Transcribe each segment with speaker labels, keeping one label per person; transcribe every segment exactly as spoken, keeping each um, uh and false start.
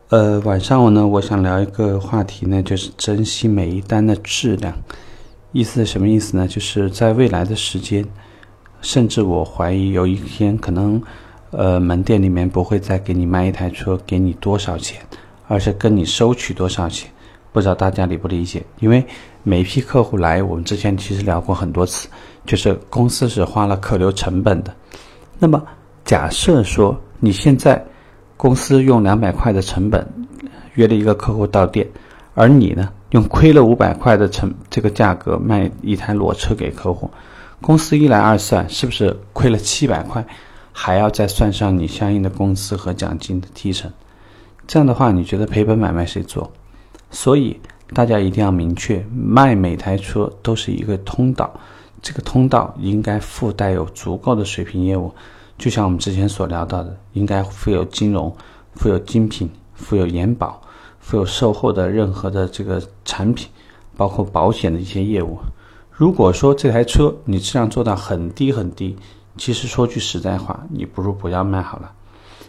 Speaker 1: 呃，晚上我呢，我想聊一个话题呢，就是珍惜每一单的质量。意思是什么意思呢？就是在未来的时间，甚至我怀疑有一天可能，呃，门店里面不会再给你卖一台车，给你多少钱，而是跟你收取多少钱。不知道大家理不理解？因为每一批客户来，我们之前其实聊过很多次，就是公司是花了客流成本的。那么假设说你现在公司用两百块的成本约了一个客户到店，而你呢用亏了五百块的成这个价格卖一台裸车给客户，公司一来二算是不是亏了七百块，还要再算上你相应的工资和奖金的提成？这样的话，你觉得赔本买卖谁做？所以大家一定要明确，卖每台车都是一个通道，这个通道应该附带有足够的水平业务，就像我们之前所聊到的，应该附有金融，附有精品，附有延保，附有售后的任何的这个产品，包括保险的一些业务。如果说这台车你质量做到很低很低，其实说句实在话，你不如不要卖好了。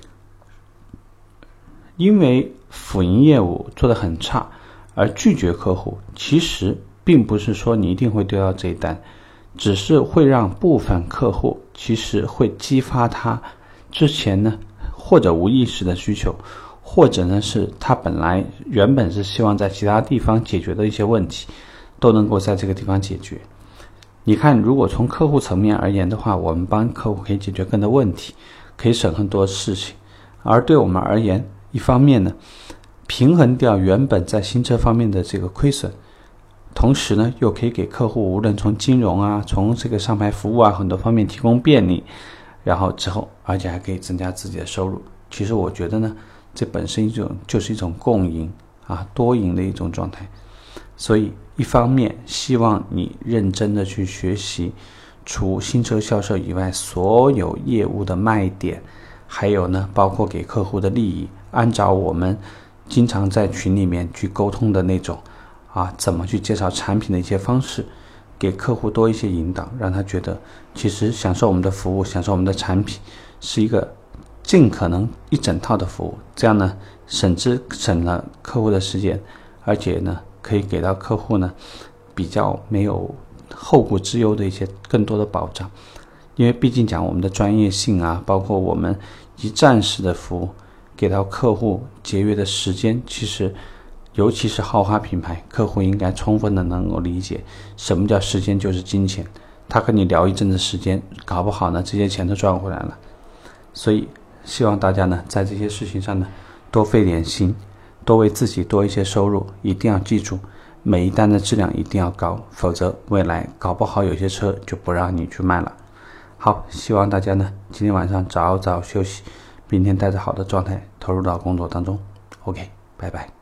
Speaker 1: 因为辅营业务做得很差而拒绝客户，其实并不是说你一定会丢掉这一单，只是会让部分客户其实会激发他之前呢或者无意识的需求，或者呢是他本来原本是希望在其他地方解决的一些问题都能够在这个地方解决。你看，如果从客户层面而言的话，我们帮客户可以解决更多问题，可以省很多事情，而对我们而言，一方面呢平衡掉原本在新车方面的这个亏损，同时呢又可以给客户无论从金融啊，从这个上牌服务啊很多方面提供便利，然后之后而且还可以增加自己的收入。其实我觉得呢，这本身一种就是一种共赢啊，多赢的一种状态。所以一方面希望你认真的去学习除新车销售以外所有业务的卖点，还有呢包括给客户的利益，按照我们经常在群里面去沟通的那种啊，怎么去介绍产品的一些方式，给客户多一些引导，让他觉得其实享受我们的服务，享受我们的产品是一个尽可能一整套的服务。这样呢省之省了客户的时间，而且呢可以给到客户呢比较没有后顾之忧的一些更多的保障。因为毕竟讲我们的专业性啊，包括我们一站式的服务，给到客户节约的时间，其实尤其是豪华品牌，客户应该充分的能够理解什么叫时间就是金钱。他跟你聊一阵子时间，搞不好呢这些钱都赚回来了。所以希望大家呢在这些事情上呢多费点心，多为自己多一些收入。一定要记住，每一单的质量一定要高，否则未来搞不好有些车就不让你去卖了。好，希望大家呢今天晚上早早休息，明天带着好的状态投入到工作当中。 OK， 拜拜。